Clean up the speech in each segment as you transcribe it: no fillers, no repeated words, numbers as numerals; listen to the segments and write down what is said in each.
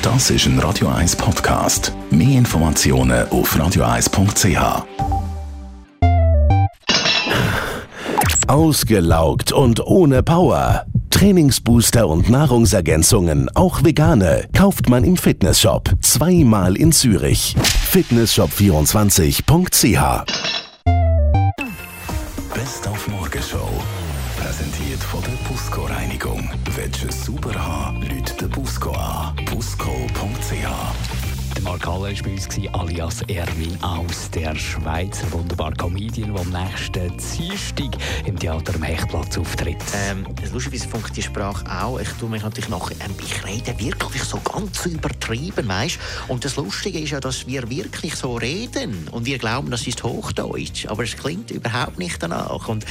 Das ist ein Radio 1 Podcast. Mehr Informationen auf radio1.ch. Ausgelaugt und ohne Power. Trainingsbooster und Nahrungsergänzungen, auch vegane, kauft man im Fitnessshop. 2-mal in Zürich. Fitnessshop24.ch. Best auf Morgenshow. Präsentiert von der Busco-Reinigung. Willst du es sauber haben, lüt den Busco an. busco.ch. Mark Haller war bei uns, alias Erwin aus der Schweiz. Ein wunderbarer Comedian, der am nächsten Dienstag im Theater am Hechtplatz auftritt. Lustigerweise funktioniert die Sprache auch. Ich tue mich natürlich nachher, ich rede wirklich so ganz übertrieben, weißt? Und das Lustige ist ja, dass wir wirklich so reden und wir glauben, das ist Hochdeutsch, aber es klingt überhaupt nicht danach. Und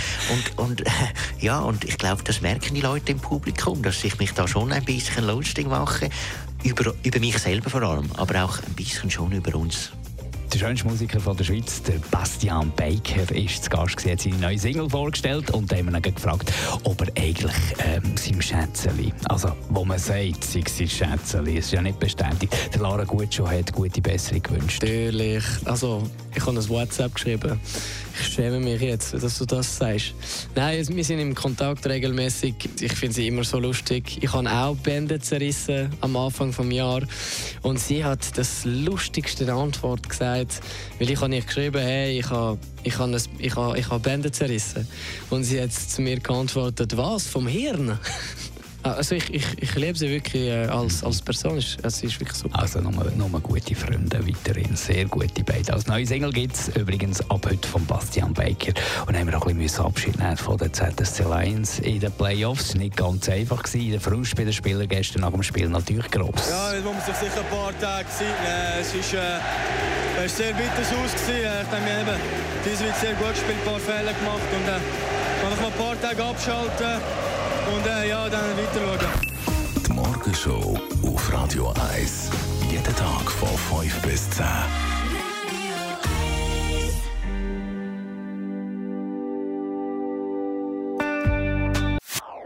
ich glaube, das merken die Leute im Publikum, dass ich mich da schon ein bisschen lustig mache. Über mich selber vor allem, aber auch ein bisschen schon über uns. Der schönste Musiker von der Schweiz, der Bastian Baker, ist zu Gast gewesen, hat seine neue Single vorgestellt und da haben wir ihn gefragt, ob er eigentlich seinem Schätzeli, also wo man sagt, sei sein Schätzeli, ist ja nicht bestätigt, der Lara Gutschow hat gute Besserung gewünscht. Natürlich, also ich habe ein WhatsApp geschrieben. Ich schäme mich jetzt, dass du das sagst. Nein, wir sind im Kontakt regelmäßig. Ich finde sie immer so lustig. Ich habe auch Bänder zerrissen am Anfang des Jahres. Und sie hat das lustigste Antwort gesagt, weil ich habe nicht geschrieben, hey, ich habe Bänder zerrissen. Und sie hat zu mir geantwortet, was, vom Hirn? Also ich liebe sie wirklich als Person. Es ist wirklich super. Also nur gute Freunde weiterhin, sehr gute beide. Als neue Single gibt es übrigens ab heute von Bastian Baker. Und dann haben wir auch ein bisschen Abschied nehmen von der ZSC Lions in den Playoffs. Nicht ganz einfach gewesen. Der Frust bei den Spielern gestern nach dem Spiel natürlich gross. Ja, jetzt muss man sich sicher ein paar Tage Zeit nehmen. Es war sehr bitter aus. Ich denke, wir haben diese Woche sehr gut gespielt, ein paar Fehler gemacht. Und kann noch mal ein paar Tage abschalten. Und dann weiter schauen. Die Morgenshow auf Radio 1. Jeden Tag von 5 bis 10.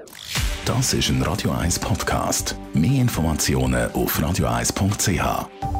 Das ist ein Radio 1 Podcast. Mehr Informationen auf radio1.ch.